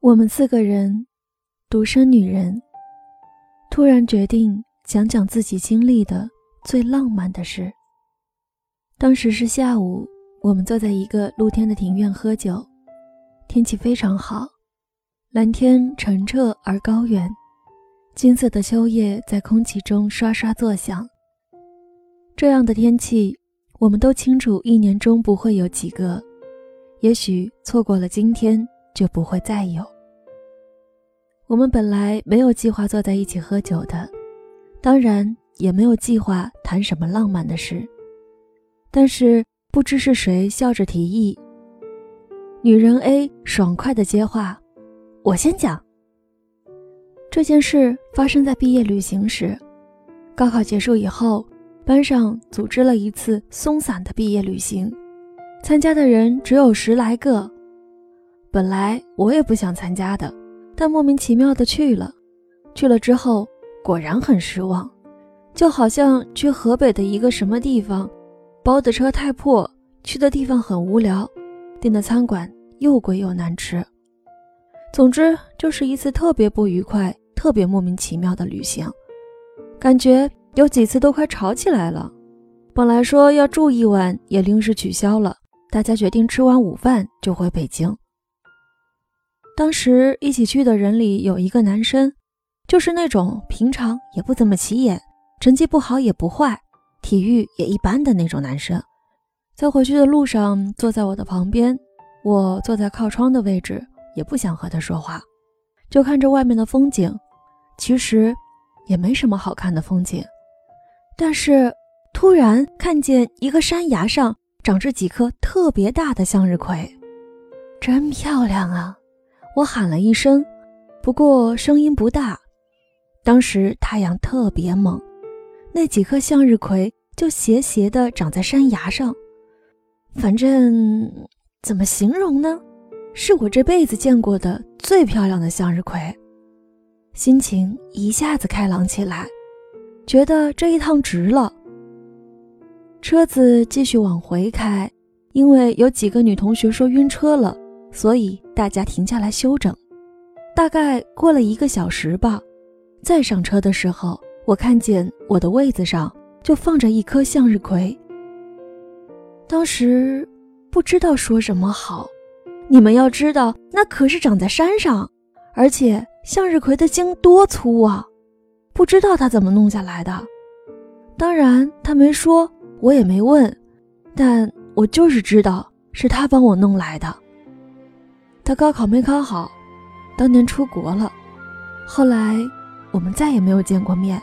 我们4个人，独生女人，突然决定讲讲自己经历的最浪漫的事。当时是下午，我们坐在一个露天的庭院喝酒，天气非常好，蓝天澄澈而高远，金色的秋叶在空气中刷刷作响。这样的天气，我们都清楚一年中不会有几个，也许错过了今天就不会再有。我们本来没有计划坐在一起喝酒的，当然也没有计划谈什么浪漫的事，但是不知是谁笑着提议。女人 A 爽快地接话，我先讲。这件事发生在毕业旅行时，高考结束以后，班上组织了一次松散的毕业旅行，参加的人只有10来个。本来我也不想参加的，但莫名其妙的去了之后果然很失望，就好像去河北的一个什么地方，包的车太破，去的地方很无聊，订的餐馆又贵又难吃。总之就是一次特别不愉快特别莫名其妙的旅行，感觉有几次都快吵起来了。本来说要住一晚也临时取消了，大家决定吃完午饭就回北京。当时一起去的人里有一个男生，就是那种平常也不怎么起眼，成绩不好也不坏，体育也一般的那种男生。在回去的路上坐在我的旁边，我坐在靠窗的位置，也不想和他说话，就看着外面的风景。其实也没什么好看的风景，但是突然看见一个山崖上长着几颗特别大的向日葵，真漂亮啊！我喊了一声，不过声音不大。当时太阳特别猛，那几颗向日葵就斜斜地长在山崖上，反正怎么形容呢，是我这辈子见过的最漂亮的向日葵。心情一下子开朗起来，觉得这一趟值了。车子继续往回开，因为有几个女同学说晕车了，所以大家停下来休整。大概过了1个小时吧，再上车的时候，我看见我的位子上就放着一颗向日葵。当时不知道说什么好，你们要知道那可是长在山上，而且向日葵的茎多粗啊，不知道他怎么弄下来的。当然他没说，我也没问，但我就是知道是他帮我弄来的。他高考没考好，当年出国了，后来我们再也没有见过面。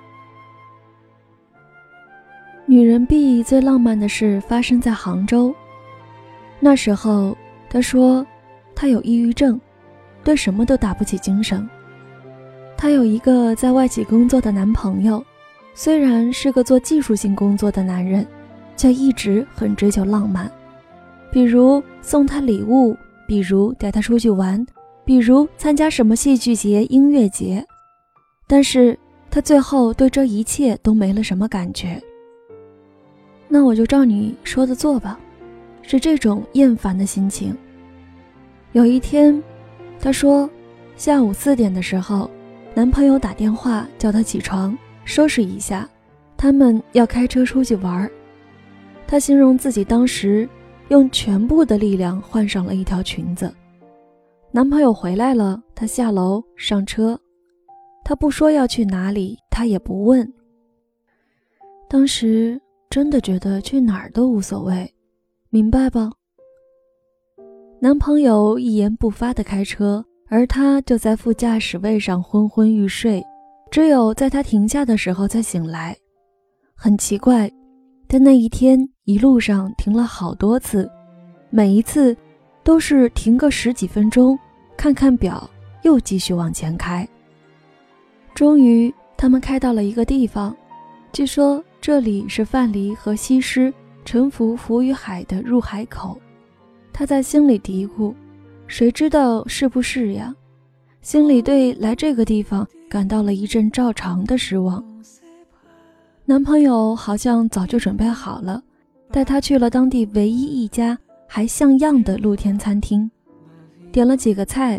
女人 B 最浪漫的事发生在杭州。那时候她说她有抑郁症，对什么都打不起精神。她有一个在外企工作的男朋友，虽然是个做技术性工作的男人，却一直很追求浪漫，比如送她礼物，比如带她出去玩，比如参加什么戏剧节、音乐节。但是她最后对这一切都没了什么感觉。那我就照你说的做吧，是这种厌烦的心情。有一天她说下午4点的时候，男朋友打电话叫她起床收拾一下，他们要开车出去玩。她形容自己当时用全部的力量换上了一条裙子。男朋友回来了，她下楼上车，她不说要去哪里，她也不问。当时真的觉得去哪儿都无所谓，明白吧？男朋友一言不发地开车，而她就在副驾驶位上昏昏欲睡，只有在她停下的时候才醒来。很奇怪，但那一天一路上停了好多次，每一次都是停个10几分钟，看看表，又继续往前开。终于他们开到了一个地方，据说这里是范蠡和西施沉浮于海的入海口。他在心里嘀咕，谁知道是不是呀？心里对来这个地方感到了一阵照常的失望。男朋友好像早就准备好了，带她去了当地唯一一家还像样的露天餐厅，点了几个菜，他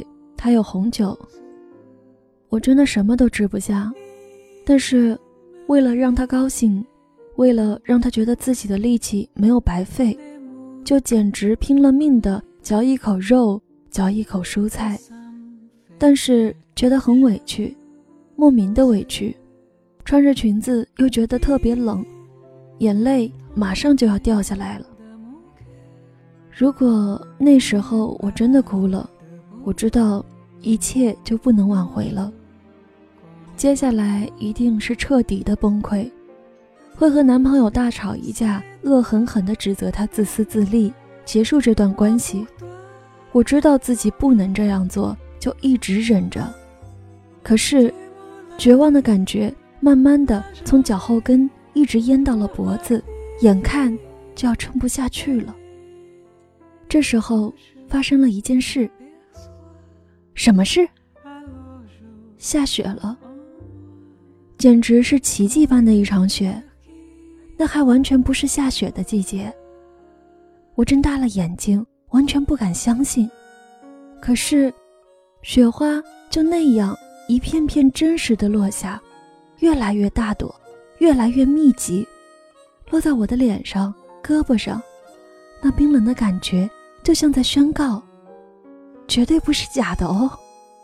还有红酒。我真的什么都吃不下，但是为了让他高兴，为了让他觉得自己的力气没有白费，就简直拼了命的嚼一口肉，嚼一口蔬菜，但是觉得很委屈，莫名的委屈，穿着裙子又觉得特别冷，眼泪马上就要掉下来了。如果那时候我真的哭了，我知道一切就不能挽回了，接下来一定是彻底的崩溃，会和男朋友大吵一架，恶狠狠地指责他自私自利，结束这段关系。我知道自己不能这样做，就一直忍着。可是绝望的感觉慢慢的从脚后跟一直淹到了脖子，眼看就要撑不下去了。这时候发生了一件事。什么事？下雪了，简直是奇迹般的一场雪。那还完全不是下雪的季节。我睁大了眼睛，完全不敢相信。可是雪花就那样一片片真实的落下，越来越大朵，越来越密集，落在我的脸上、胳膊上。那冰冷的感觉就像在宣告，绝对不是假的哦。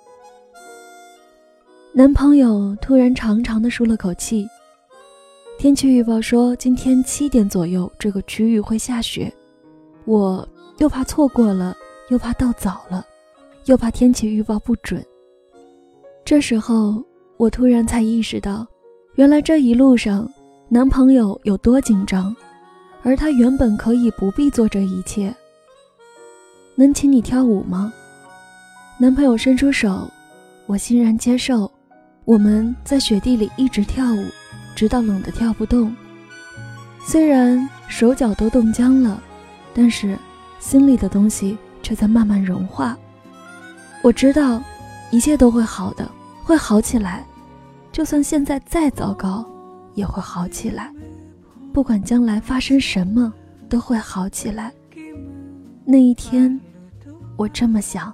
男朋友突然长长地舒了口气。天气预报说今天7点左右这个区域会下雪，我又怕错过了，又怕到早了，又怕天气预报不准。这时候我突然才意识到，原来这一路上男朋友有多紧张，而他原本可以不必做这一切。能请你跳舞吗？男朋友伸出手，我欣然接受。我们在雪地里一直跳舞，直到冷得跳不动。虽然手脚都冻僵了，但是心里的东西却在慢慢融化。我知道一切都会好的，会好起来，就算现在再糟糕也会好起来，不管将来发生什么都会好起来。那一天我这么想。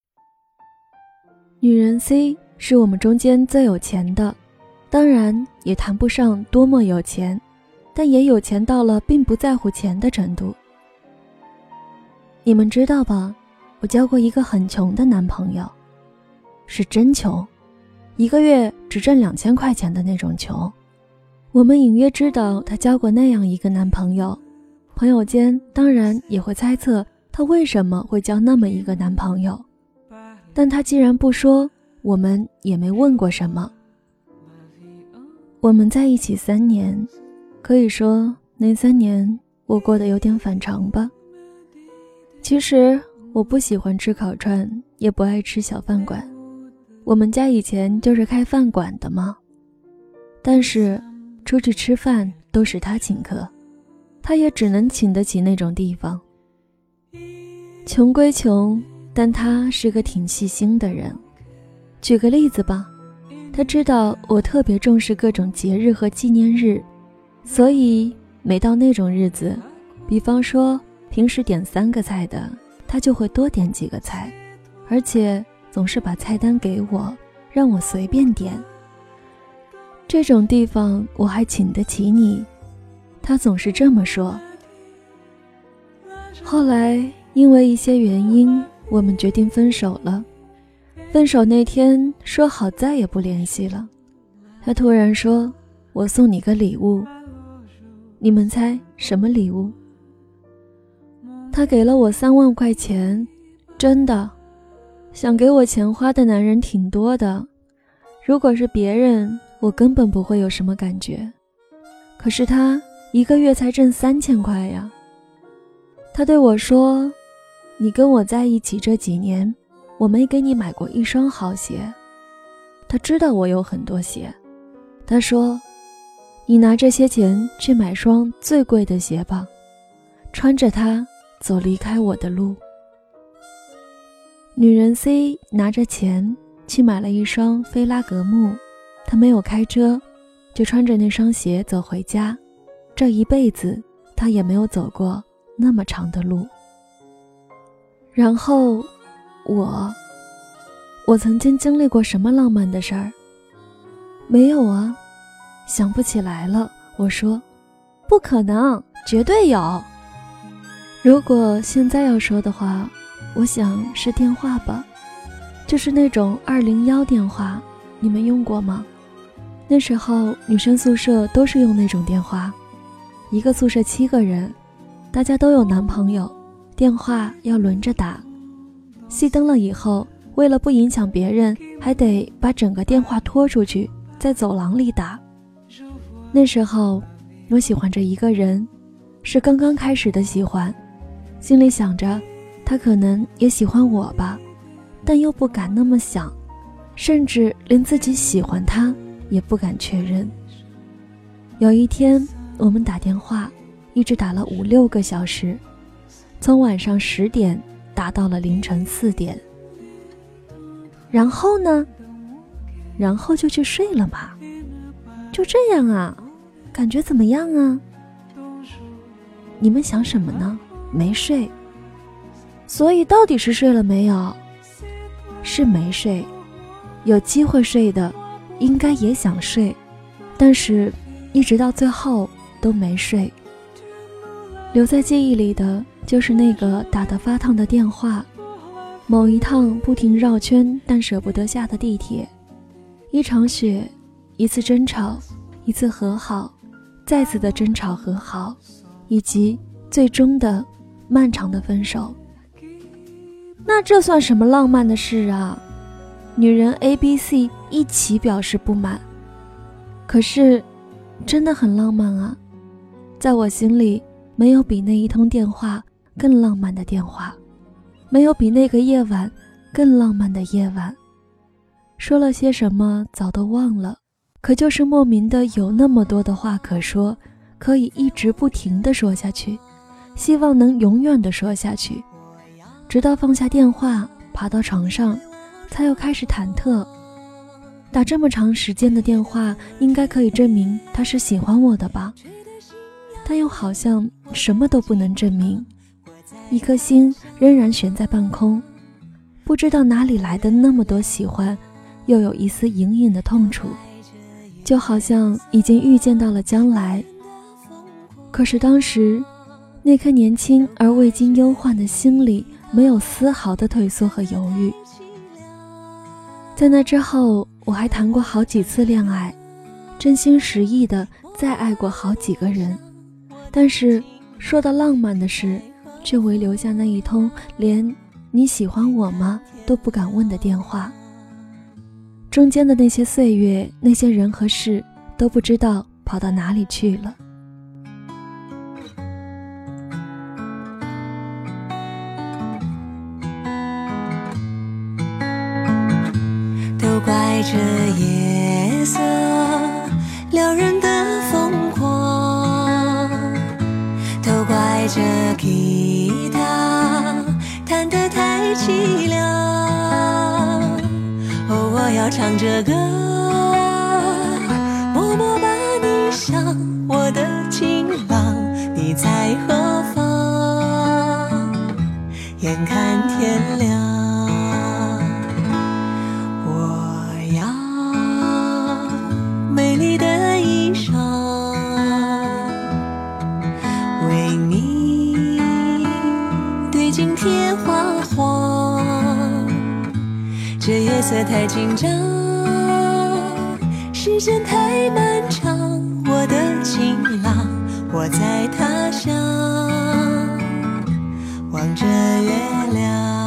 女人 C 是我们中间最有钱的，当然也谈不上多么有钱，但也有钱到了并不在乎钱的程度。你们知道吧，我交过一个很穷的男朋友，是真穷，一个月只挣2000块钱的那种穷。我们隐约知道他交过那样一个男朋友，朋友间当然也会猜测他为什么会交那么一个男朋友，但他既然不说，我们也没问过什么。我们在一起3年，可以说那3年我过得有点反常吧。其实我不喜欢吃烤串，也不爱吃小饭馆，我们家以前就是开饭馆的嘛。但是出去吃饭都是他请客，他也只能请得起那种地方。穷归穷，但他是个挺细心的人。举个例子吧，他知道我特别重视各种节日和纪念日，所以每到那种日子，比方说平时点3个菜的，他就会多点几个菜，而且总是把菜单给我，让我随便点。这种地方我还请得起你，他总是这么说。后来因为一些原因，我们决定分手了。分手那天说好再也不联系了，他突然说我送你个礼物。你们猜什么礼物？他给了我3万块钱，真的。想给我钱花的男人挺多的，如果是别人，我根本不会有什么感觉。可是他1个月才挣3000块呀。他对我说，你跟我在一起这几年，我没给你买过一双好鞋。他知道我有很多鞋，他说，你拿这些钱去买双最贵的鞋吧，穿着它走离开我的路。女人 C 拿着钱去买了一双菲拉格慕，她没有开车，就穿着那双鞋走回家。这一辈子她也没有走过那么长的路。然后我曾经经历过什么浪漫的事儿？没有啊，想不起来了。我说，不可能，绝对有。如果现在要说的话，我想是电话吧，就是那种201电话，你们用过吗？那时候女生宿舍都是用那种电话，一个宿舍7个人，大家都有男朋友，电话要轮着打。熄灯了以后，为了不影响别人，还得把整个电话拖出去，在走廊里打。那时候我喜欢着一个人，是刚刚开始的喜欢，心里想着他可能也喜欢我吧，但又不敢那么想，甚至连自己喜欢他也不敢确认。有一天我们打电话，一直打了5-6个小时，从晚上10点打到了凌晨4点。然后呢？然后就去睡了嘛。就这样啊？感觉怎么样啊？你们想什么呢？没睡。所以到底是睡了没有？是没睡。有机会睡的应该也想睡，但是一直到最后都没睡。留在记忆里的就是那个打得发烫的电话，某一趟不停绕圈但舍不得下的地铁，一场雪，一次争吵，一次和好，再次的争吵和好，以及最终的漫长的分手。那这算什么浪漫的事啊？女人 ABC 一起表示不满。可是真的很浪漫啊，在我心里没有比那一通电话更浪漫的电话，没有比那个夜晚更浪漫的夜晚。说了些什么早都忘了，可就是莫名的有那么多的话可说，可以一直不停地说下去，希望能永远地说下去，直到放下电话，爬到床上，才又开始忐忑。打这么长时间的电话，应该可以证明他是喜欢我的吧？但又好像什么都不能证明，一颗心仍然悬在半空，不知道哪里来的那么多喜欢，又有一丝隐隐的痛楚，就好像已经预见到了将来。可是当时那颗年轻而未经忧患的心里，没有丝毫的退缩和犹豫。在那之后，我还谈过好几次恋爱，真心实意的再爱过好几个人，但是说到浪漫的事，却唯留下那一通连你喜欢我吗都不敢问的电话。中间的那些岁月，那些人和事，都不知道跑到哪里去了。 都怪这夜色撩人的疯狂，都怪这吉他弹得太凄凉。哦，我要唱着歌，默默把你想，我的情郎，你在何方？眼看天亮。美丽的衣裳，为你对镜贴花黄。这夜色太紧张，时间太漫长，我的情郎，我在他乡，望着月亮。